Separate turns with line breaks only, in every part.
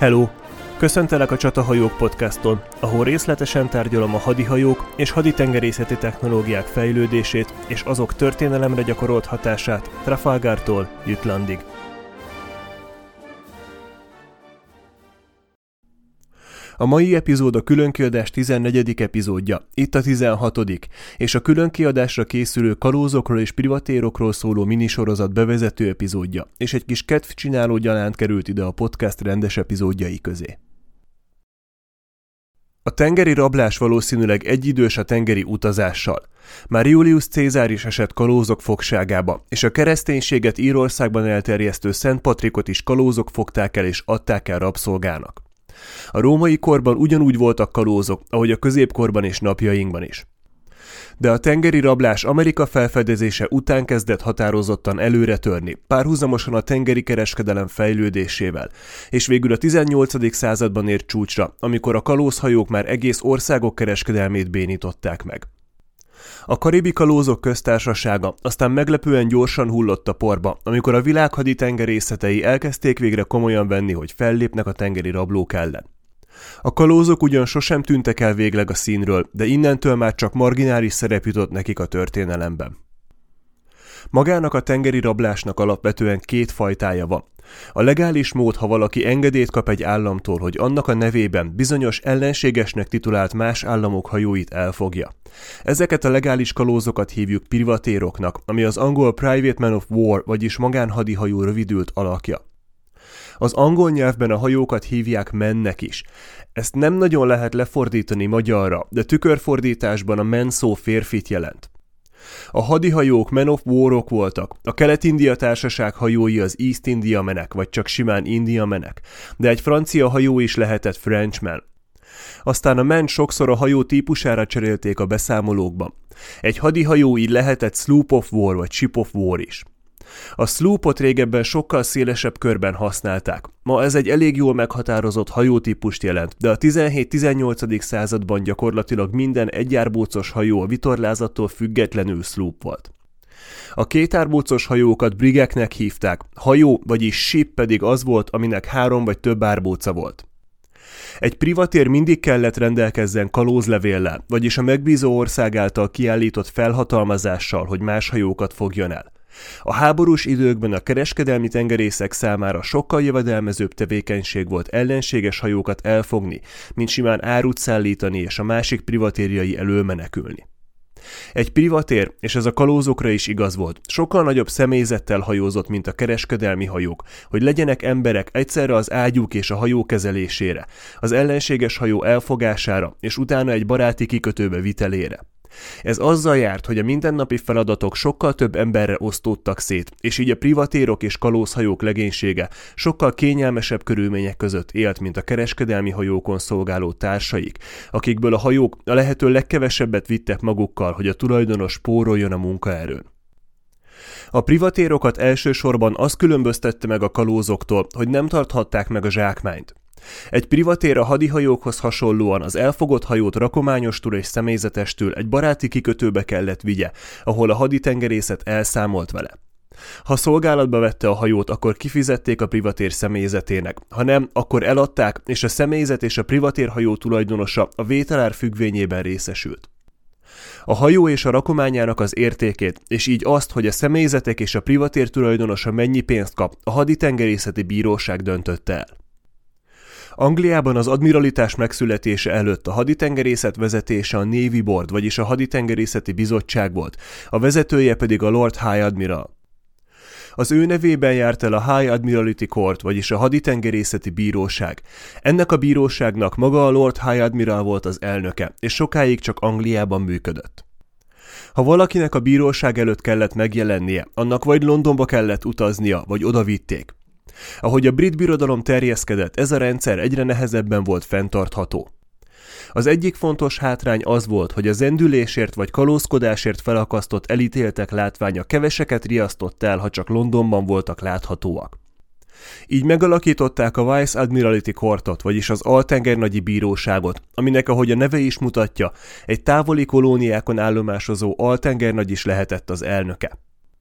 Hello! Köszöntelek a Csatahajók podcaston, ahol részletesen tárgyalom a hadihajók és haditengerészeti technológiák fejlődését és azok történelemre gyakorolt hatását Trafalgartól Jutlandig. A mai epizód a különkiadás 14. epizódja, itt a 16. és a különkiadásra készülő kalózokról és privatérokról szóló minisorozat bevezető epizódja, és egy kis kedvcsináló gyalánt került ide a podcast rendes epizódjai közé. A tengeri rablás valószínűleg egyidős a tengeri utazással. Már Julius Cézár is esett kalózok fogságába, és a kereszténységet Írországban elterjesztő Szent Patrikot is kalózok fogták el és adták el rabszolgának. A római korban ugyanúgy voltak kalózok, ahogy a középkorban és napjainkban is. De a tengeri rablás Amerika felfedezése után kezdett határozottan előre törni, párhuzamosan a tengeri kereskedelem fejlődésével, és végül a 18. században ért csúcsra, amikor a kalózhajók már egész országok kereskedelmét bénították meg. A karibi kalózok köztársasága aztán meglepően gyorsan hullott a porba, amikor a világ haditengerészetei elkezdték végre komolyan venni, hogy fellépnek a tengeri rablók ellen. A kalózok ugyan sosem tűntek el végleg a színről, de innentől már csak marginális szerep jutott nekik a történelemben. Magának a tengeri rablásnak alapvetően két fajtája van. A legális mód, ha valaki engedélyt kap egy államtól, hogy annak a nevében bizonyos ellenségesnek titulált más államok hajóit elfogja. Ezeket a legális kalózokat hívjuk privatéroknak, ami az angol Private Man of War, vagyis magánhadihajó rövidült alakja. Az angol nyelvben a hajókat hívják mennek is. Ezt nem nagyon lehet lefordítani magyarra, de tükörfordításban a men szó férfit jelent. A hadihajók Men of War-ok voltak, a Kelet-India Társaság hajói az East India menek, vagy csak simán India menek, de egy francia hajó is lehetett Frenchman. Aztán a men sokszor a hajó típusára cserélték a beszámolókban. Egy hadihajó így lehetett Sloop of War vagy Ship of War is. A sloopot régebben sokkal szélesebb körben használták. Ma ez egy elég jól meghatározott hajótípust jelent, de a 17-18. században gyakorlatilag minden egyárbócos hajó a vitorlázattól függetlenül sloop volt. A kétárbócos hajókat brigeknek hívták, hajó, vagyis ship pedig az volt, aminek 3 vagy több árbóca volt. Egy privatér mindig kellett rendelkezzen kalózlevéllel, vagyis a megbízó ország által kiállított felhatalmazással, hogy más hajókat fogjon el. A háborús időkben a kereskedelmi tengerészek számára sokkal jövedelmezőbb tevékenység volt ellenséges hajókat elfogni, mint simán árut szállítani és a másik privatérjai elől menekülni. Egy privatér, és ez a kalózokra is igaz volt, sokkal nagyobb személyzettel hajózott, mint a kereskedelmi hajók, hogy legyenek emberek egyszerre az ágyúk és a hajó kezelésére, az ellenséges hajó elfogására és utána egy baráti kikötőbe vitelére. Ez azzal járt, hogy a mindennapi feladatok sokkal több emberre osztódtak szét, és így a privatérok és kalózhajók legénysége sokkal kényelmesebb körülmények között élt, mint a kereskedelmi hajókon szolgáló társaik, akikből a hajók a lehető legkevesebbet vittek magukkal, hogy a tulajdonos spóroljon a munkaerőn. A privatérokat elsősorban az különböztette meg a kalózoktól, hogy nem tarthatták meg a zsákmányt. Egy privatér a hadihajókhoz hasonlóan az elfogott hajót rakományostól és személyzetestől egy baráti kikötőbe kellett vigye, ahol a haditengerészet elszámolt vele. Ha szolgálatba vette a hajót, akkor kifizették a privatér személyzetének, ha nem, akkor eladták, és a személyzet és a privatérhajó tulajdonosa a vételár függvényében részesült. A hajó és a rakományának az értékét, és így azt, hogy a személyzetek és a privatér tulajdonosa mennyi pénzt kap, a haditengerészeti bíróság döntötte el. Angliában az admiralitás megszületése előtt a haditengerészet vezetése a Navy Board, vagyis a haditengerészeti bizottság volt, a vezetője pedig a Lord High Admiral. Az ő nevében járt el a High Admiralty Court, vagyis a haditengerészeti bíróság. Ennek a bíróságnak maga a Lord High Admiral volt az elnöke, és sokáig csak Angliában működött. Ha valakinek a bíróság előtt kellett megjelennie, annak vagy Londonba kellett utaznia, vagy odavitték. Ahogy a brit birodalom terjeszkedett, ez a rendszer egyre nehezebben volt fenntartható. Az egyik fontos hátrány az volt, hogy a zendülésért vagy kalózkodásért felakasztott elítéltek látványa keveseket riasztott el, ha csak Londonban voltak láthatóak. Így megalakították a Vice Admiralty Courtot, vagyis az Altengernagyi Bíróságot, aminek, ahogy a neve is mutatja, egy távoli kolóniákon állomásozó altengernagy is lehetett az elnöke.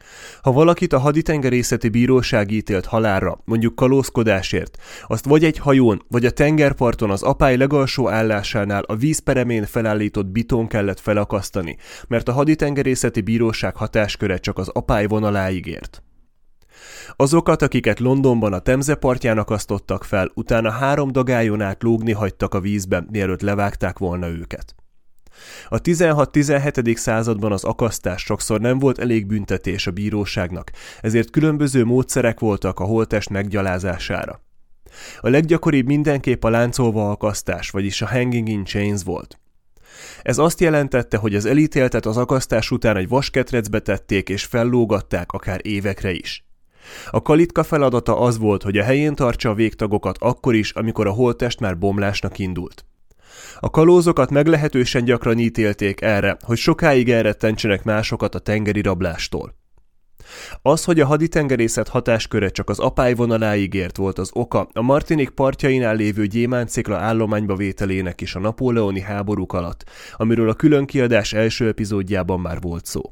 Ha valakit a haditengerészeti bíróság ítélt halálra, mondjuk kalózkodásért, azt vagy egy hajón, vagy a tengerparton az apály legalsó állásánál a vízperemén felállított bitón kellett felakasztani, mert a haditengerészeti bíróság hatásköre csak az apály vonaláig ért. Azokat, akiket Londonban a Temze partján akasztottak fel, utána 3 dagályon át lógni hagytak a vízben, mielőtt levágták volna őket. A 16-17. században az akasztás sokszor nem volt elég büntetés a bíróságnak, ezért különböző módszerek voltak a holttest meggyalázására. A leggyakoribb mindenképp a láncolva akasztás, vagyis a hanging in chains volt. Ez azt jelentette, hogy az elítéltet az akasztás után egy vasketrecbe tették és fellógatták akár évekre is. A kalitka feladata az volt, hogy a helyén tartsa a végtagokat akkor is, amikor a holttest már bomlásnak indult. A kalózokat meglehetősen gyakran ítélték erre, hogy sokáig elrettentsenek másokat a tengeri rablástól. Az, hogy a haditengerészet hatásköre csak az apály vonaláig ért, volt az oka a Martinique partjainál lévő gyémántszikla állományba vételének is a napóleoni háborúk alatt, amiről a különkiadás első epizódjában már volt szó.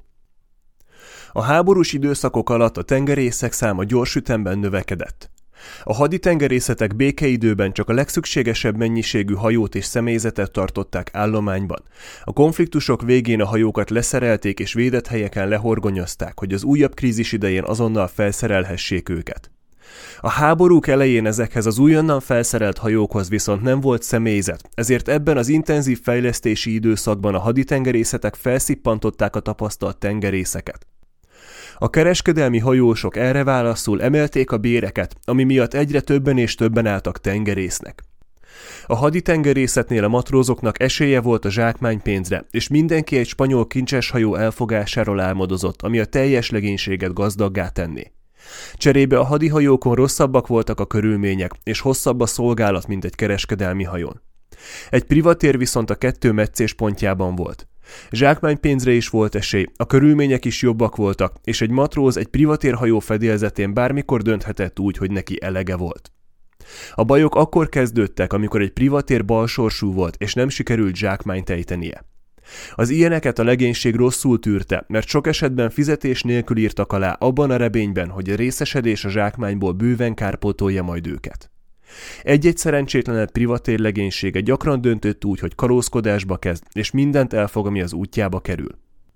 A háborús időszakok alatt a tengerészek száma gyors ütemben növekedett. A haditengerészetek békeidőben csak a legszükségesebb mennyiségű hajót és személyzetet tartották állományban. A konfliktusok végén a hajókat leszerelték és védett helyeken lehorgonyozták, hogy az újabb krízis idején azonnal felszerelhessék őket. A háborúk elején ezekhez az újonnan felszerelt hajókhoz viszont nem volt személyzet, ezért ebben az intenzív fejlesztési időszakban a haditengerészetek felszippantották a tapasztalt tengerészeket. A kereskedelmi hajósok erre válaszul emelték a béreket, ami miatt egyre többen és többen álltak tengerésznek. A haditengerészetnél a matrózoknak esélye volt a zsákmánypénzre, és mindenki egy spanyol kincses hajó elfogásáról álmodozott, ami a teljes legénységet gazdaggá tenné. Cserébe a hadihajókon rosszabbak voltak a körülmények, és hosszabb a szolgálat, mint egy kereskedelmi hajón. Egy privatér viszont a 2 meccéspontjában volt. Zsákmánypénzre is volt esély, a körülmények is jobbak voltak, és egy matróz egy privatérhajó fedélzetén bármikor dönthetett úgy, hogy neki elege volt. A bajok akkor kezdődtek, amikor egy privatér balsorsú volt, és nem sikerült zsákmányt ejtenie. Az ilyeneket a legénység rosszul tűrte, mert sok esetben fizetés nélkül írtak alá abban a reményben, hogy a részesedés a zsákmányból bőven kárpótolja majd őket. Egy-egy szerencsétlenebb privatér legénysége gyakran döntött úgy, hogy kalózkodásba kezd, és mindent elfog, ami az útjába kerül.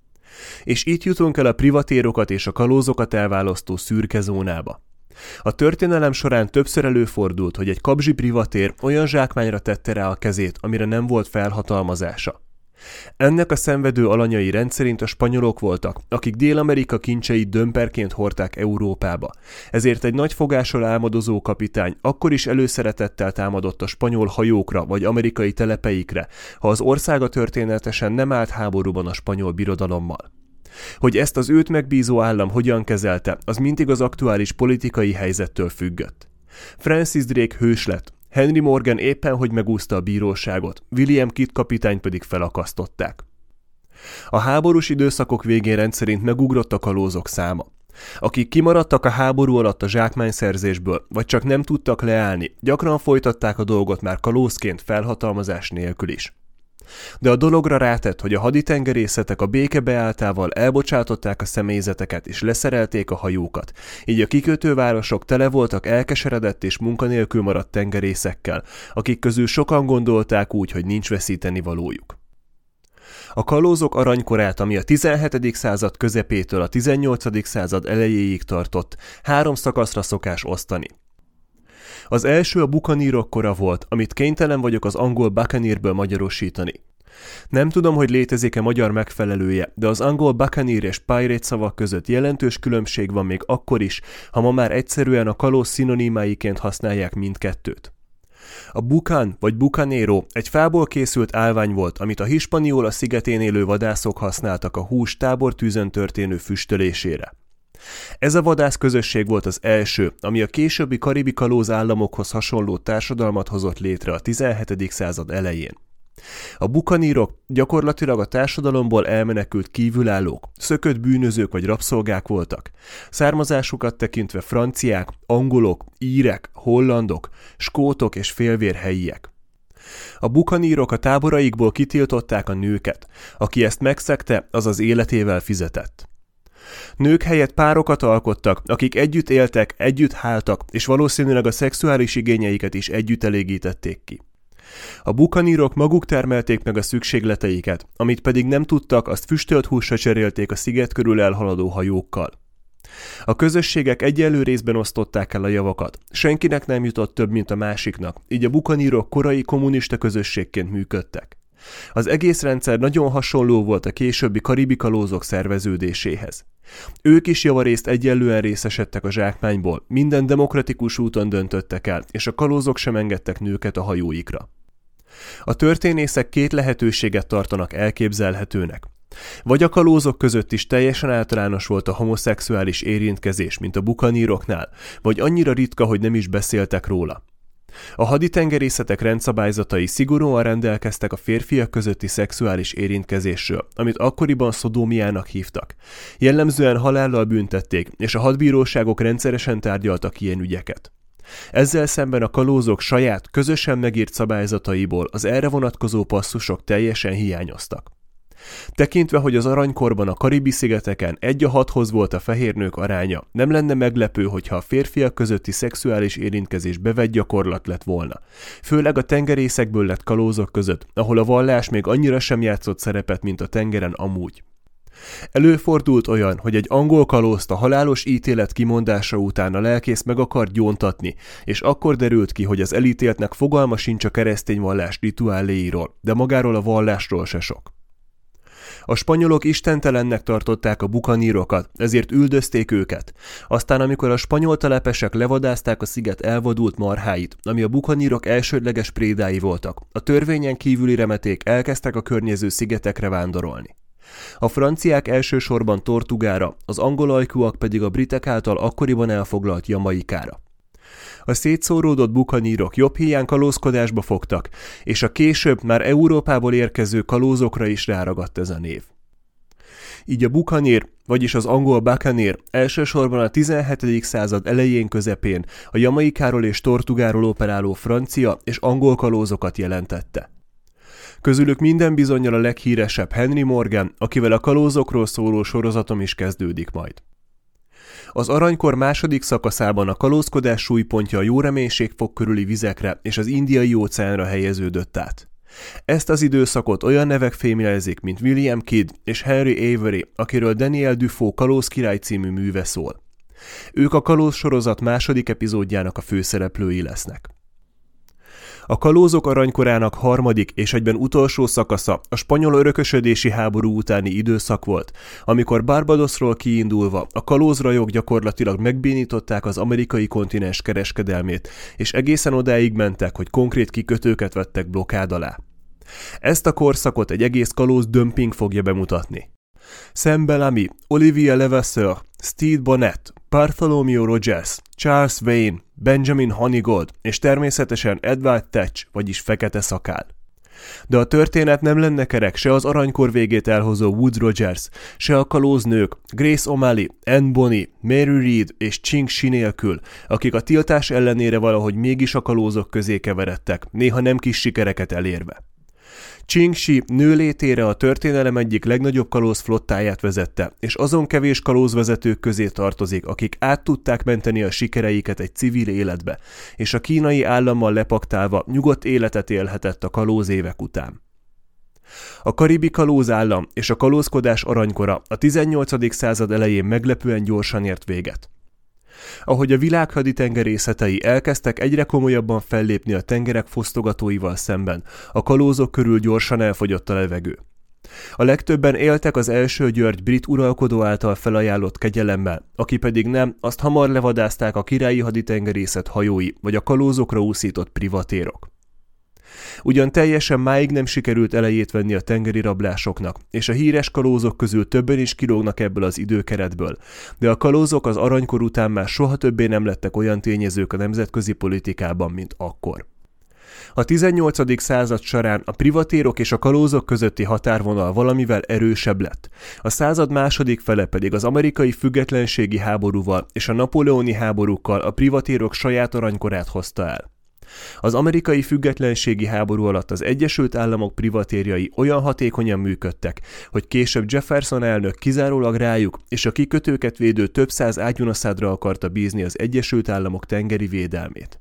És itt jutunk el a privatérokat és a kalózokat elválasztó szürke zónába. A történelem során többször előfordult, hogy egy kabzsi privatér olyan zsákmányra tette rá a kezét, amire nem volt felhatalmazása. Ennek a szenvedő alanyai rendszerint a spanyolok voltak, akik Dél-Amerika kincseit dömperként hordták Európába. Ezért egy nagy fogással álmodozó kapitány akkor is előszeretettel támadott a spanyol hajókra vagy amerikai telepeikre, ha az országa történetesen nem állt háborúban a spanyol birodalommal. Hogy ezt az őt megbízó állam hogyan kezelte, az mindig az aktuális politikai helyzettől függött. Francis Drake hős lett, Henry Morgan éppen hogy megúszta a bíróságot, William Kidd kapitányt pedig felakasztották. A háborús időszakok végén rendszerint megugrott a kalózok száma. Akik kimaradtak a háború alatt a zsákmányszerzésből, vagy csak nem tudtak leállni, gyakran folytatták a dolgot már kalózként felhatalmazás nélkül is. De a dologra rátett, hogy a haditengerészetek a béke beálltával elbocsátották a személyzeteket és leszerelték a hajókat, így a kikötővárosok tele voltak elkeseredett és munkanélkül maradt tengerészekkel, akik közül sokan gondolták úgy, hogy nincs veszítenivalójuk. A kalózok aranykorát, ami a 17. század közepétől a 18. század elejéig tartott, 3 szakaszra szokás osztani. Az első a bukanírok kora volt, amit kénytelen vagyok az angol buccaneerből magyarosítani. Nem tudom, hogy létezik-e magyar megfelelője, de az angol buccaneer és pirate szavak között jelentős különbség van még akkor is, ha ma már egyszerűen a kalóz szinonimáiként használják mindkettőt. A bucan vagy bucanero egy fából készült állvány volt, amit a Hispaniola szigetén élő vadászok használtak a hús tábortűzön történő füstölésére. Ez a vadászközösség volt az első, ami a későbbi karibi kalóz államokhoz hasonló társadalmat hozott létre a 17. század elején. A bukanírok gyakorlatilag a társadalomból elmenekült kívülállók, szökött bűnözők vagy rabszolgák voltak. Származásukat tekintve franciák, angolok, írek, hollandok, skótok és félvérhelyiek. A bukanírok a táboraikból kitiltották a nőket, aki ezt megszegte, az az életével fizetett. Nők helyett párokat alkottak, akik együtt éltek, együtt háltak, és valószínűleg a szexuális igényeiket is együtt elégítették ki. A bukanírok maguk termelték meg a szükségleteiket, amit pedig nem tudtak, azt füstölt húsra cserélték a sziget körül elhaladó hajókkal. A közösségek egyenlő részben osztották el a javakat, senkinek nem jutott több, mint a másiknak, így a bukanírok korai kommunista közösségként működtek. Az egész rendszer nagyon hasonló volt a későbbi karibi kalózok szerveződéséhez. Ők is javarészt egyenlően részesedtek a zsákmányból, minden demokratikus úton döntöttek el, és a kalózok sem engedtek nőket a hajóikra. A történészek két lehetőséget tartanak elképzelhetőnek. Vagy a kalózok között is teljesen általános volt a homoszexuális érintkezés, mint a bukaníroknál, vagy annyira ritka, hogy nem is beszéltek róla. A haditengerészetek rendszabályzatai szigorúan rendelkeztek a férfiak közötti szexuális érintkezésről, amit akkoriban szodómiának hívtak. Jellemzően halállal büntették, és a hadbíróságok rendszeresen tárgyaltak ilyen ügyeket. Ezzel szemben a kalózok saját, közösen megírt szabályzataiból az erre vonatkozó passzusok teljesen hiányoztak. Tekintve, hogy az aranykorban a Karibi-szigeteken 1:6 volt a fehér nők aránya, nem lenne meglepő, hogyha a férfiak közötti szexuális érintkezés bevett gyakorlat lett volna. Főleg a tengerészekből lett kalózok között, ahol a vallás még annyira sem játszott szerepet, mint a tengeren amúgy. Előfordult olyan, hogy egy angol kalózt a halálos ítélet kimondása után a lelkész meg akart gyóntatni, és akkor derült ki, hogy az elítéltnek fogalma sincs a keresztény vallás rituáléiról, de magáról a vallásról se sok. A spanyolok istentelennek tartották a bukanírokat, ezért üldözték őket. Aztán, amikor a spanyol telepesek levadázták a sziget elvadult marháit, ami a bukanírok elsődleges prédái voltak, a törvényen kívüli remeték elkezdtek a környező szigetekre vándorolni. A franciák elsősorban Tortugára, az angolajkúak pedig a britek által akkoriban elfoglalt Jamaikára. A szétszóródott bukanírok jobb hiány kalózkodásba fogtak, és a később már Európából érkező kalózokra is ráragadt ez a név. Így a bukanír, vagyis az angol buccaneer elsősorban a 17. század elején közepén a Jamaikáról és Tortugáról operáló francia és angol kalózokat jelentette. Közülük minden bizonnyal a leghíresebb Henry Morgan, akivel a kalózokról szóló sorozatom is kezdődik majd. Az aranykor második szakaszában a kalózkodás súlypontja a Jóreménységfok körüli vizekre és az Indiai-óceánra helyeződött át. Ezt az időszakot olyan nevek fémjelezik, mint William Kidd és Henry Avery, akiről Daniel Defoe Kalóz király című műve szól. Ők a kalóz sorozat második epizódjának a főszereplői lesznek. A kalózok aranykorának harmadik és egyben utolsó szakasza a spanyol örökösödési háború utáni időszak volt, amikor Barbadosról kiindulva a kalózrajok gyakorlatilag megbénították az amerikai kontinens kereskedelmét, és egészen odáig mentek, hogy konkrét kikötőket vettek blokkád alá. Ezt a korszakot egy egész kalóz dömping fogja bemutatni. Sam Bellamy, Olivia Levasseur, Steve Bonnet, Bartholomew Rogers, Charles Vane, Benjamin Honeygold és természetesen Edward Teach, vagyis Fekete Szakál. De a történet nem lenne kerek se az aranykor végét elhozó Woodes Rogers, se a kalóznők Grace O'Malley, Anne Bonny, Mary Read és Ching Shi nélkül, akik a tiltás ellenére valahogy mégis a kalózok közé keveredtek, néha nem kis sikereket elérve. Ching Shi nőlétére a történelem egyik legnagyobb kalózflottáját vezette, és azon kevés kalózvezetők közé tartozik, akik át tudták menteni a sikereiket egy civil életbe, és a kínai állammal lepaktálva nyugodt életet élhetett a kalóz évek után. A karibi kalózállam és a kalózkodás aranykora a 18. század elején meglepően gyorsan ért véget. Ahogy a világ haditengerészetei elkezdtek egyre komolyabban fellépni a tengerek fosztogatóival szemben, a kalózok körül gyorsan elfogyott a levegő. A legtöbben éltek az első György brit uralkodó által felajánlott kegyelemmel, aki pedig nem, azt hamar levadázták a királyi haditengerészet hajói vagy a kalózokra úszított privatérok. Ugyan teljesen máig nem sikerült elejét venni a tengeri rablásoknak, és a híres kalózok közül többen is kilógnak ebből az időkeretből, de a kalózok az aranykor után már soha többé nem lettek olyan tényezők a nemzetközi politikában, mint akkor. A 18. század során a privatérok és a kalózok közötti határvonal valamivel erősebb lett. A század második fele pedig az amerikai függetlenségi háborúval és a napóleoni háborúkkal a privatérok saját aranykorát hozta el. Az amerikai függetlenségi háború alatt az Egyesült Államok privatérjai olyan hatékonyan működtek, hogy később Jefferson elnök kizárólag rájuk és a kikötőket védő több száz ágyúnaszádra akarta bízni az Egyesült Államok tengeri védelmét.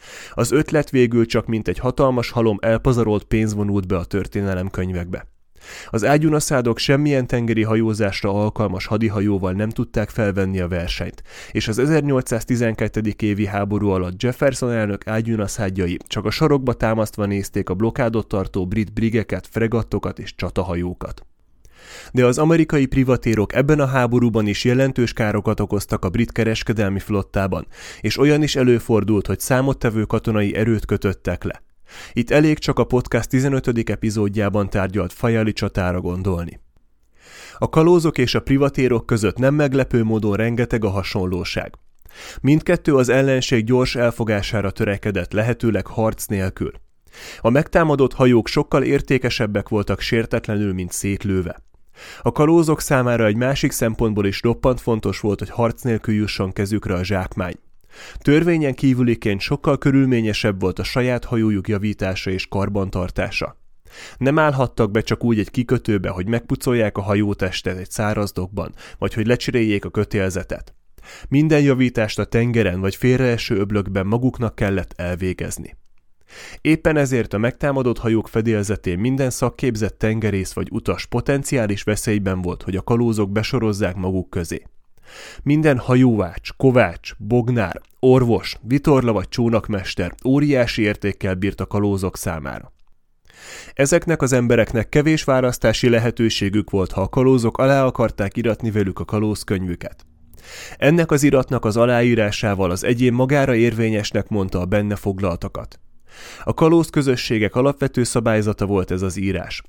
Az ötlet végül csak mint egy hatalmas halom elpazarolt pénz vonult be a történelemkönyvekbe. Az ágyúnaszádok semmilyen tengeri hajózásra alkalmas hadihajóval nem tudták felvenni a versenyt, és az 1812. évi háború alatt Jefferson elnök ágyúnaszádjai csak a sarokba támasztva nézték a blokádot tartó brit brigeket, fregattokat és csatahajókat. De az amerikai privatérok ebben a háborúban is jelentős károkat okoztak a brit kereskedelmi flottában, és olyan is előfordult, hogy számottevő katonai erőt kötöttek le. Itt elég csak a podcast 15. epizódjában tárgyalt Fajali csatára gondolni. A kalózok és a privatérok között nem meglepő módon rengeteg a hasonlóság. Mindkettő az ellenség gyors elfogására törekedett, lehetőleg harc nélkül. A megtámadott hajók sokkal értékesebbek voltak sértetlenül, mint szétlőve. A kalózok számára egy másik szempontból is roppant fontos volt, hogy harc nélkül jusson kezükre a zsákmány. Törvényen kívüliként sokkal körülményesebb volt a saját hajójuk javítása és karbantartása. Nem állhattak be csak úgy egy kikötőbe, hogy megpucolják a hajótestet egy száraz dokkban, vagy hogy lecseréljék a kötélzetet. Minden javítást a tengeren vagy félreeső öblökben maguknak kellett elvégezni. Éppen ezért a megtámadott hajók fedélzetén minden szakképzett tengerész vagy utas potenciális veszélyben volt, hogy a kalózok besorozzák maguk közé. Minden hajóvács, kovács, bognár, orvos, vitorla vagy csónakmester óriási értékkel bírt a kalózok számára. Ezeknek az embereknek kevés választási lehetőségük volt, ha a kalózok alá akarták iratni velük a kalózkönyvüket. Ennek az iratnak az aláírásával az egyén magára érvényesnek mondta a benne foglaltakat. A kalózközösségek alapvető szabályzata volt ez az írás.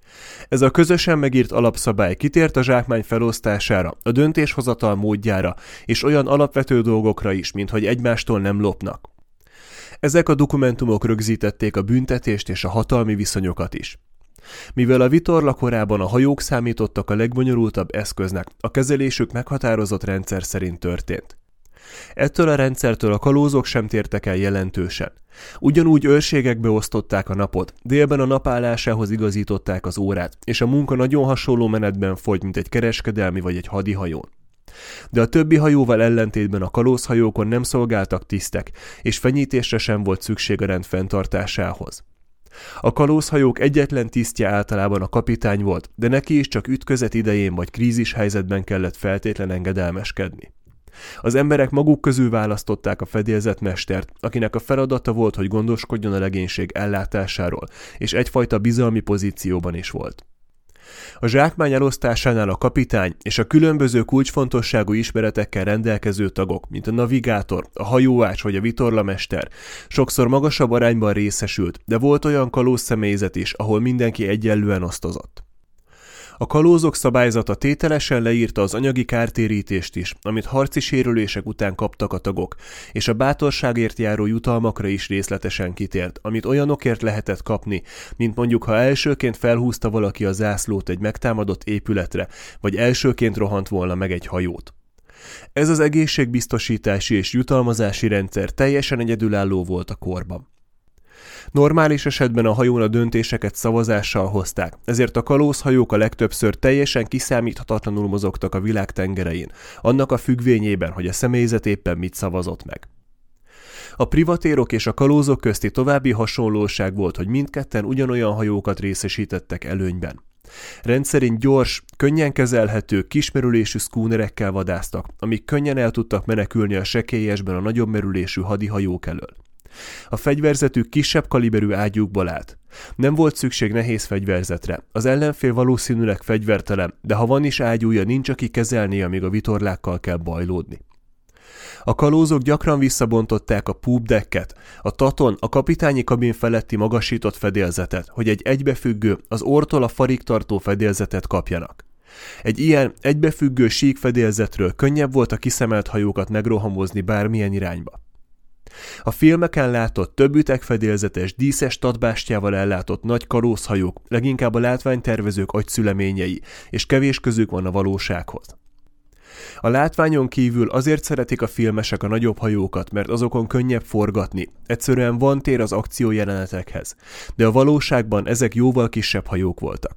Ez a közösen megírt alapszabály kitért a zsákmány felosztására, a döntéshozatal módjára és olyan alapvető dolgokra is, mint hogy egymástól nem lopnak. Ezek a dokumentumok rögzítették a büntetést és a hatalmi viszonyokat is. Mivel a vitorla korában a hajók számítottak a legbonyolultabb eszköznek, a kezelésük meghatározott rendszer szerint történt. Ettől a rendszertől a kalózok sem tértek el jelentősen. Ugyanúgy őrségekbe osztották a napot, délben a napállásához igazították az órát, és a munka nagyon hasonló menetben folyt, mint egy kereskedelmi vagy egy hadihajón. De a többi hajóval ellentétben a kalózhajókon nem szolgáltak tisztek, és fenyítésre sem volt szükség a rend fenntartásához. A kalózhajók egyetlen tisztje általában a kapitány volt, de neki is csak ütközet idején vagy krízis helyzetben kellett feltétlen engedelmeskedni. Az emberek maguk közül választották a fedélzetmestert, akinek a feladata volt, hogy gondoskodjon a legénység ellátásáról, és egyfajta bizalmi pozícióban is volt. A zsákmány elosztásánál a kapitány és a különböző kulcsfontosságú ismeretekkel rendelkező tagok, mint a navigátor, a hajóács vagy a vitorlamester, sokszor magasabb arányban részesült, de volt olyan kalóz személyzet is, ahol mindenki egyenlően osztozott. A kalózok szabályzata tételesen leírta az anyagi kártérítést is, amit harci sérülések után kaptak a tagok, és a bátorságért járó jutalmakra is részletesen kitért, amit olyanokért lehetett kapni, mint mondjuk ha elsőként felhúzta valaki a zászlót egy megtámadott épületre, vagy elsőként rohant volna meg egy hajót. Ez az egészségbiztosítási és jutalmazási rendszer teljesen egyedülálló volt a korban. Normális esetben a hajón a döntéseket szavazással hozták, ezért a kalózhajók a legtöbbször teljesen kiszámíthatatlanul mozogtak a világ tengerein, annak a függvényében, hogy a személyzet éppen mit szavazott meg. A privatérok és a kalózok közti további hasonlóság volt, hogy mindketten ugyanolyan hajókat részesítettek előnyben. Rendszerint gyors, könnyen kezelhető, kismerülésű szkúnerekkel vadásztak, amik könnyen el tudtak menekülni a sekélyesben a nagyobb merülésű hadihajók elől. A fegyverzetük kisebb kaliberű ágyúkból állt. Nem volt szükség nehéz fegyverzetre. Az ellenfél valószínűleg fegyvertelen, de ha van is ágyúja, nincs aki kezelnie, amíg a vitorlákkal kell bajlódni. A kalózok gyakran visszabontották a poop-decket, a taton, a kapitányi kabin feletti magasított fedélzetet, hogy egy egybefüggő, az orrtól a farig tartó fedélzetet kapjanak. Egy ilyen egybefüggő sík fedélzetről könnyebb volt a kiszemelt hajókat megrohamozni bármilyen irányba. A filmeken látott több ütegfedélzetes, díszes tadbástyával ellátott nagy kalózhajók leginkább a látványtervezők agyszüleményei, és kevés közük van a valósághoz. A látványon kívül azért szeretik a filmesek a nagyobb hajókat, mert azokon könnyebb forgatni, egyszerűen van tér az akciójelenetekhez, de a valóságban ezek jóval kisebb hajók voltak.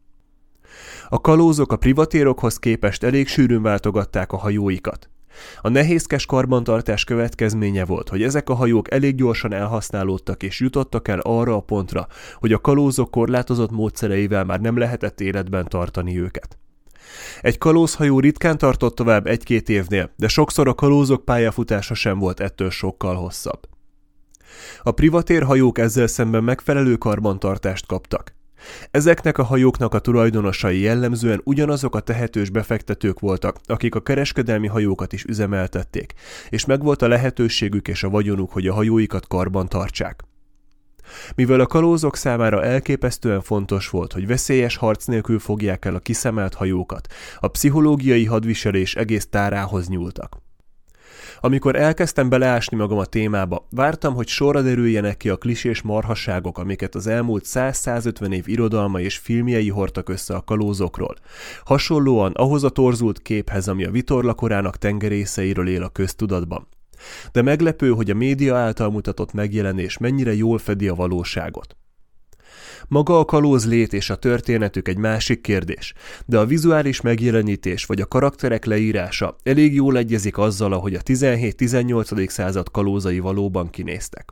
A kalózok a privatérokhoz képest elég sűrűn váltogatták a hajóikat. A nehézkes karbantartás következménye volt, hogy ezek a hajók elég gyorsan elhasználódtak és jutottak el arra a pontra, hogy a kalózok korlátozott módszereivel már nem lehetett életben tartani őket. Egy kalózhajó ritkán tartott tovább 1-2 évnél, de sokszor a kalózok pályafutása sem volt ettől sokkal hosszabb. A privatérhajók ezzel szemben megfelelő karbantartást kaptak. Ezeknek a hajóknak a tulajdonosai jellemzően ugyanazok a tehetős befektetők voltak, akik a kereskedelmi hajókat is üzemeltették, és megvolt a lehetőségük és a vagyonuk, hogy a hajóikat karban tartsák. Mivel a kalózok számára elképesztően fontos volt, hogy veszélyes harc nélkül fogják el a kiszemelt hajókat, a pszichológiai hadviselés egész tárához nyúltak. Amikor elkezdtem beleásni magam a témába, vártam, hogy sorra derüljenek ki a klisés marhaságok, amiket az elmúlt 100-150 év irodalma és filmjei hordtak össze a kalózokról, hasonlóan ahhoz a torzult képhez, ami a vitorlakorának tengerészeiről él a köztudatban. De meglepő, hogy a média által mutatott megjelenés mennyire jól fedi a valóságot. Maga a kalóz lét és a történetük egy másik kérdés, de a vizuális megjelenítés vagy a karakterek leírása elég jól egyezik azzal, ahogy a 17-18. század kalózai valóban kinéztek.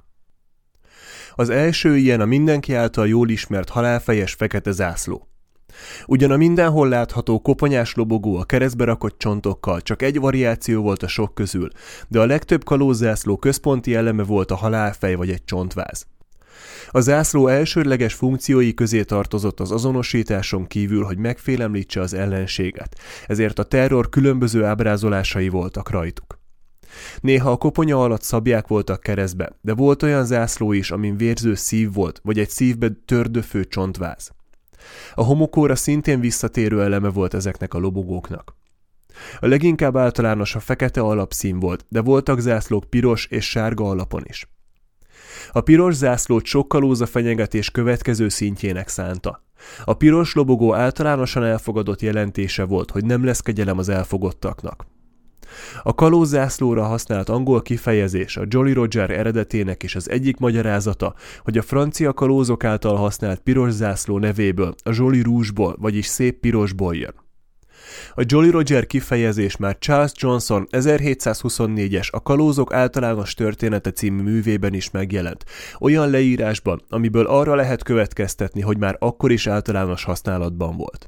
Az első ilyen a mindenki által jól ismert halálfejes fekete zászló. Ugyan a mindenhol látható koponyás lobogó a keresztbe rakott csontokkal csak egy variáció volt a sok közül, de a legtöbb kalózzászló központi eleme volt a halálfej vagy egy csontváz. A zászló elsődleges funkciói közé tartozott az azonosításon kívül, hogy megfélemlítse az ellenséget, ezért a terror különböző ábrázolásai voltak rajtuk. Néha a koponya alatt szablyák voltak keresztbe, de volt olyan zászló is, amin vérző szív volt, vagy egy szívbe tördöfő csontváz. A homokóra szintén visszatérő eleme volt ezeknek a lobogóknak. A leginkább általános a fekete alapszín volt, de voltak zászlók piros és sárga alapon is. A piros zászlót sok kalóza fenyegetés következő szintjének szánta. A piros lobogó általánosan elfogadott jelentése volt, hogy nem lesz kegyelem az elfogottaknak. A kalózzászlóra használt angol kifejezés a Jolly Roger eredetének is az egyik magyarázata, hogy a francia kalózok által használt piros zászló nevéből, a Jolly Rouge-ból, vagyis szép pirosból jön. A Jolly Roger kifejezés már Charles Johnson 1724-es A kalózok általános története című művében is megjelent, olyan leírásban, amiből arra lehet következtetni, hogy már akkor is általános használatban volt.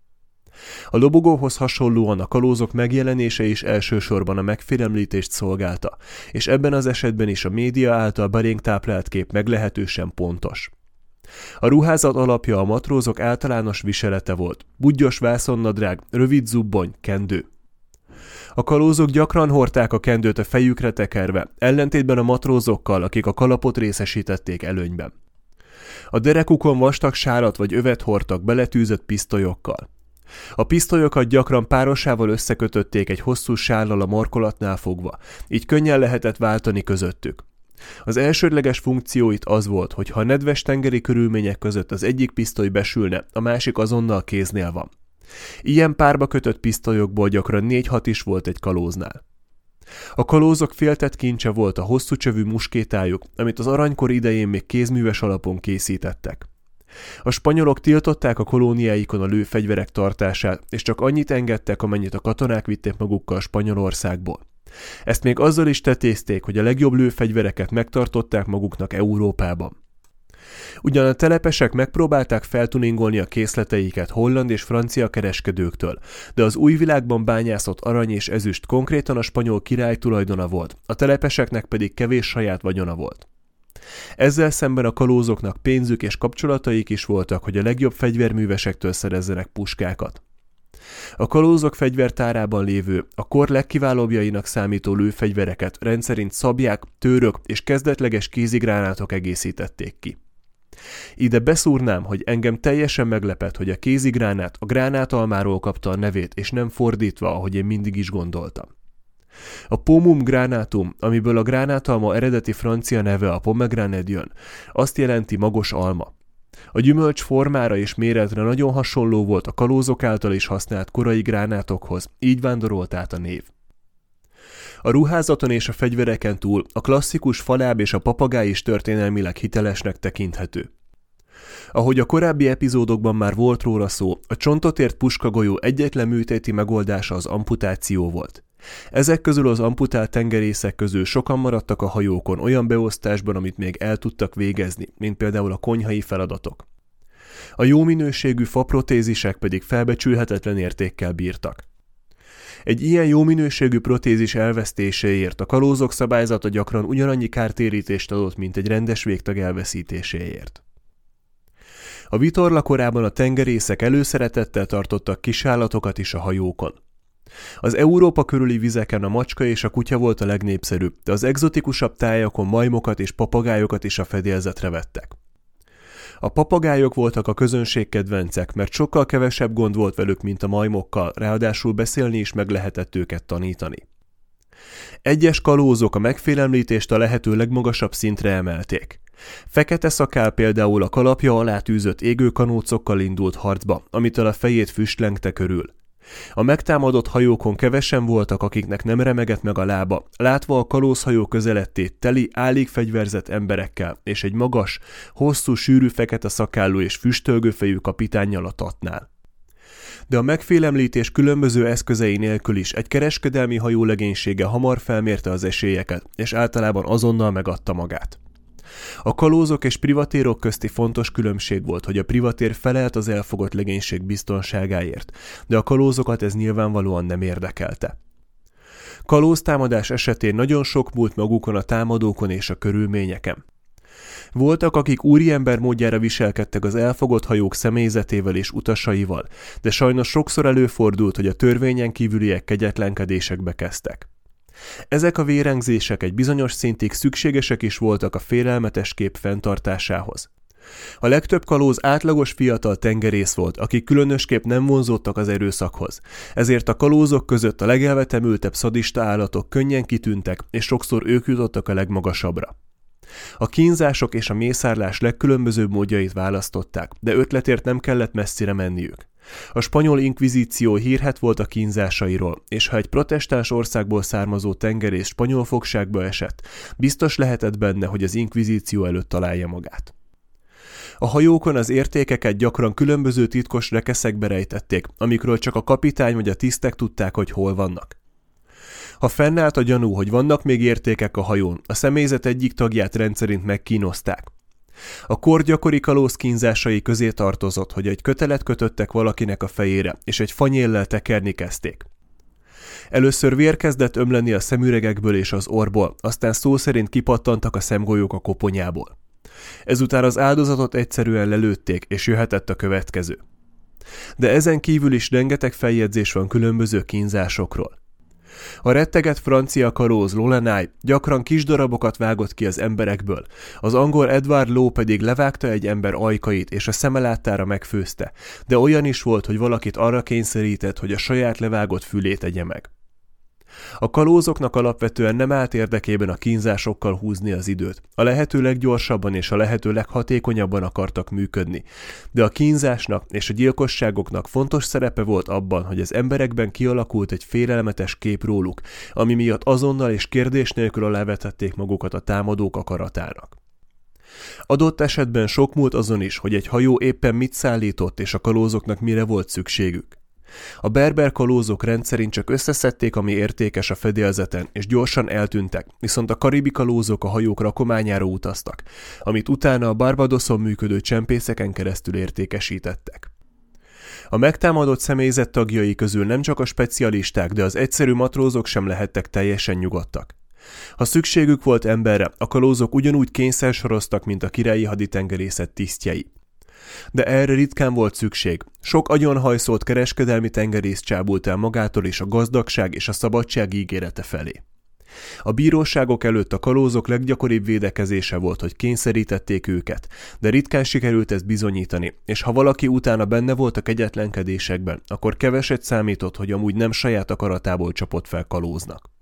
A lobogóhoz hasonlóan a kalózok megjelenése is elsősorban a megfélemlítést szolgálta, és ebben az esetben is a média által belénk táplált kép meglehetősen pontos. A ruházat alapja a matrózok általános viselete volt, budgyos vászonnadrág, rövid zubbony, kendő. A kalózok gyakran hordták a kendőt a fejükre tekerve, ellentétben a matrózokkal, akik a kalapot részesítették előnyben. A derekukon vastag sálat vagy övet hordtak beletűzött pisztolyokkal. A pisztolyokat gyakran párosával összekötötték egy hosszú sállal a markolatnál fogva, így könnyen lehetett váltani közöttük. Az elsődleges funkcióit az volt, hogy ha a nedves tengeri körülmények között az egyik pisztoly besülne, a másik azonnal kéznél van. Ilyen párba kötött pisztolyokból gyakran 4-6 is volt egy kalóznál. A kalózok féltett kincse volt a hosszú csövű muskétájuk, amit az aranykor idején még kézműves alapon készítettek. A spanyolok tiltották a kolóniáikon a lőfegyverek tartását, és csak annyit engedtek, amennyit a katonák vitték magukkal Spanyolországból. Ezt még azzal is tetézték, hogy a legjobb lőfegyvereket megtartották maguknak Európában. Ugyan a telepesek megpróbálták feltuningolni a készleteiket holland és francia kereskedőktől, de az új világban bányászott arany és ezüst konkrétan a spanyol király tulajdona volt, a telepeseknek pedig kevés saját vagyona volt. Ezzel szemben a kalózoknak pénzük és kapcsolataik is voltak, hogy a legjobb fegyverművesektől szerezzenek puskákat. A kalózok fegyvertárában lévő, a kor legkiválóbbjainak számító lőfegyvereket rendszerint szablyák, tőrök és kezdetleges kézigránátok egészítették ki. Ide beszúrnám, hogy engem teljesen meglepett, hogy a kézigránát a gránátalmáról kapta a nevét, és nem fordítva, ahogy én mindig is gondoltam. A pomum granatum, amiből a gránátalma eredeti francia neve a pomegranate jön, azt jelenti magos alma. A gyümölcs formára és méretre nagyon hasonló volt a kalózok által is használt korai gránátokhoz, így vándorolt át a név. A ruházaton és a fegyvereken túl a klasszikus faláb és a papagáj is történelmileg hitelesnek tekinthető. Ahogy a korábbi epizódokban már volt róla szó, a csontot ért puskagolyó egyetlen műtéti megoldása az amputáció volt. Ezek közül az amputált tengerészek közül sokan maradtak a hajókon olyan beosztásban, amit még el tudtak végezni, mint például a konyhai feladatok. A jó minőségű faprotézisek pedig felbecsülhetetlen értékkel bírtak. Egy ilyen jó minőségű protézis elvesztéséért a kalózok szabályzata gyakran ugyanannyi kártérítést adott, mint egy rendes végtag elveszítéséért. A vitorla korában a tengerészek előszeretettel tartottak kisállatokat is a hajókon. Az Európa körüli vizeken a macska és a kutya volt a legnépszerűbb, de az egzotikusabb tájakon majmokat és papagájokat is a fedélzetre vettek. A papagájok voltak a közönség kedvencek, mert sokkal kevesebb gond volt velük, mint a majmokkal, ráadásul beszélni is meg lehetett őket tanítani. Egyes kalózok a megfélemlítést a lehető legmagasabb szintre emelték. Fekete Szakál például a kalapja alá tűzött égőkanócokkal indult harcba, amitől a fejét füst lengte körül. A megtámadott hajókon kevesen voltak, akiknek nem remegett meg a lába, látva a kalózhajó közelettét teli, állig fegyverzett emberekkel, és egy magas, hosszú, sűrű fekete szakállú és füstölgő fejű kapitánnyal a tatnál. De a megfélemlítés különböző eszközei nélkül is egy kereskedelmi hajó legénysége hamar felmérte az esélyeket, és általában azonnal megadta magát. A kalózok és privatérok közti fontos különbség volt, hogy a privatér felelt az elfogott legénység biztonságáért, de a kalózokat ez nyilvánvalóan nem érdekelte. Kalóztámadás esetén nagyon sok múlt magukon a támadókon és a körülményeken. Voltak, akik úriember módjára viselkedtek az elfogott hajók személyzetével és utasaival, de sajnos sokszor előfordult, hogy a törvényen kívüliek kegyetlenkedésekbe kezdtek. Ezek a vérengzések egy bizonyos szintig szükségesek is voltak a félelmetes kép fenntartásához. A legtöbb kalóz átlagos fiatal tengerész volt, akik különösképp nem vonzódtak az erőszakhoz, ezért a kalózok között a legelvetemültebb szadista állatok könnyen kitűntek, és sokszor ők jutottak a legmagasabbra. A kínzások és a mészárlás legkülönbözőbb módjait választották, de ötletért nem kellett messzire menniük. A spanyol inkvizíció hírhedt volt a kínzásairól, és ha egy protestáns országból származó tengerész spanyol fogságba esett, biztos lehetett benne, hogy az inkvizíció előtt találja magát. A hajókon az értékeket gyakran különböző titkos rekeszekbe rejtették, amikről csak a kapitány vagy a tisztek tudták, hogy hol vannak. Ha fennállt a gyanú, hogy vannak még értékek a hajón, a személyzet egyik tagját rendszerint megkínozták. A kor gyakori kalóz kínzásai közé tartozott, hogy egy kötelet kötöttek valakinek a fejére, és egy fanyéllel tekerni kezdték. Először vér kezdett ömleni a szemüregekből és az orrból, aztán szó szerint kipattantak a szemgolyók a koponyából. Ezután az áldozatot egyszerűen lelőtték, és jöhetett a következő. De ezen kívül is rengeteg feljegyzés van különböző kínzásokról. A retteget francia kalóz Lolenay gyakran kis darabokat vágott ki az emberekből, az angol Edward Lowe pedig levágta egy ember ajkait és a szeme láttára megfőzte, de olyan is volt, hogy valakit arra kényszerített, hogy a saját levágott fülét tegye meg. A kalózoknak alapvetően nem állt érdekében a kínzásokkal húzni az időt, a lehető leggyorsabban és a lehető leghatékonyabban akartak működni, de a kínzásnak és a gyilkosságoknak fontos szerepe volt abban, hogy az emberekben kialakult egy félelmetes kép róluk, ami miatt azonnal és kérdés nélkül alávetették magukat a támadók akaratának. Adott esetben sok múlt azon is, hogy egy hajó éppen mit szállított és a kalózoknak mire volt szükségük. A berber kalózok rendszerint csak összeszedték, ami értékes a fedélzeten, és gyorsan eltűntek, viszont a karibi kalózok a hajók rakományára utaztak, amit utána a Barbadoson működő csempészeken keresztül értékesítettek. A megtámadott személyzet tagjai közül nem csak a specialisták, de az egyszerű matrózok sem lehettek teljesen nyugodtak. Ha szükségük volt emberre, a kalózok ugyanúgy kényszersoroztak, mint a királyi haditengerészet tisztjei. De erre ritkán volt szükség. Sok agyonhajszolt kereskedelmi tengerész csábult el magától és a gazdagság és a szabadság ígérete felé. A bíróságok előtt a kalózok leggyakoribb védekezése volt, hogy kényszerítették őket, de ritkán sikerült ezt bizonyítani, és ha valaki utána benne volt a kegyetlenkedésekben, akkor keveset számított, hogy amúgy nem saját akaratából csapott fel kalóznak.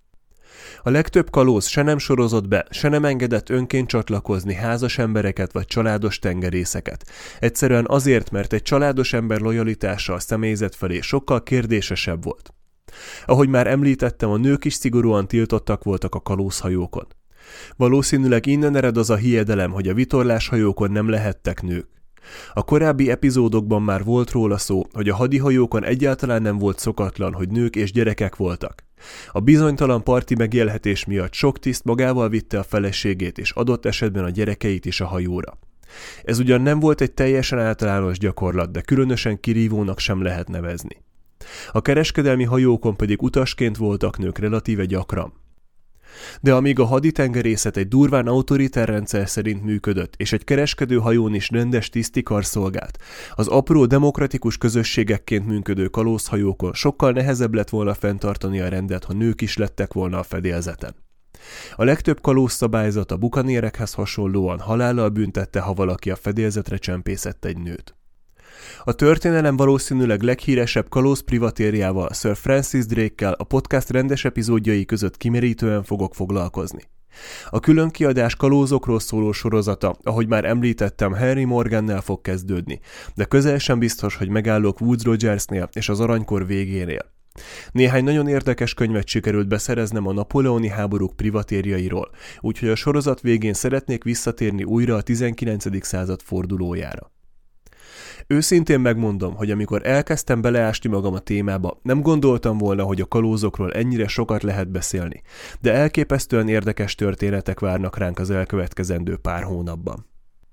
A legtöbb kalóz se nem sorozott be, se nem engedett önként csatlakozni házas embereket vagy családos tengerészeket. Egyszerűen azért, mert egy családos ember lojalitása a személyzet felé sokkal kérdésesebb volt. Ahogy már említettem, a nők is szigorúan tiltottak voltak a kalózhajókon. Valószínűleg innen ered az a hiedelem, hogy a vitorláshajókon nem lehettek nők. A korábbi epizódokban már volt róla szó, hogy a hadihajókon egyáltalán nem volt szokatlan, hogy nők és gyerekek voltak. A bizonytalan parti megélhetés miatt sok tiszt magával vitte a feleségét és adott esetben a gyerekeit is a hajóra. Ez ugyan nem volt egy teljesen általános gyakorlat, de különösen kirívónak sem lehet nevezni. A kereskedelmi hajókon pedig utasként voltak nők relatíve gyakran. De amíg a haditengerészet egy durván autoritár rendszer szerint működött, és egy kereskedő hajón is rendes tisztikar szolgált, az apró demokratikus közösségekként működő kalózhajókon sokkal nehezebb lett volna fenntartani a rendet, ha nők is lettek volna a fedélzeten. A legtöbb kalózszabályzat a bukanérekhez hasonlóan halállal büntette, ha valaki a fedélzetre csempészett egy nőt. A történelem valószínűleg leghíresebb kalóz privatérjával, Sir Francis Drake-kel a podcast rendes epizódjai között kimerítően fogok foglalkozni. A különkiadás kalózokról szóló sorozata, ahogy már említettem, Henry Morgannel fog kezdődni, de közel sem biztos, hogy megállok Woodes Rogersnél és az Aranykor végénél. Néhány nagyon érdekes könyvet sikerült beszereznem a napóleoni háborúk privatérjairól, úgyhogy a sorozat végén szeretnék visszatérni újra a 19. század fordulójára. Őszintén megmondom, hogy amikor elkezdtem beleásni magam a témába, nem gondoltam volna, hogy a kalózokról ennyire sokat lehet beszélni, de elképesztően érdekes történetek várnak ránk az elkövetkezendő pár hónapban.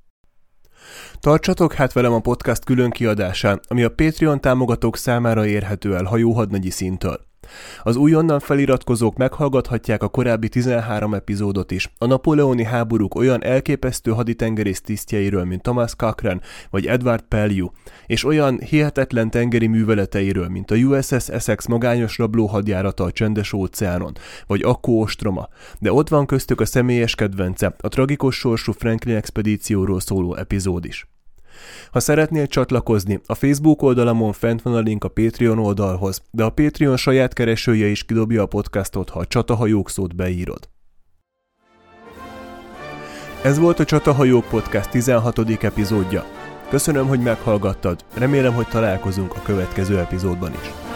Tartsatok hát velem a podcast külön kiadásán, ami a Patreon támogatók számára érhető el hajóhadnagyi színtől. Az újonnan feliratkozók meghallgathatják a korábbi 13 epizódot is, a napóleoni háborúk olyan elképesztő haditengerész tisztjeiről, mint Thomas Cochrane vagy Edward Pellew, és olyan hihetetlen tengeri műveleteiről, mint a USS Essex magányos rablóhadjárata a Csendes-óceánon, vagy Akkó ostroma, de ott van köztük a személyes kedvence, a tragikus sorsú Franklin expedícióról szóló epizód is. Ha szeretnél csatlakozni, a Facebook oldalamon fent van a link a Patreon oldalhoz, de a Patreon saját keresője is kidobja a podcastot, ha a Csatahajók szót beírod. Ez volt a Csatahajók Podcast 16. epizódja. Köszönöm, hogy meghallgattad, remélem, hogy találkozunk a következő epizódban is.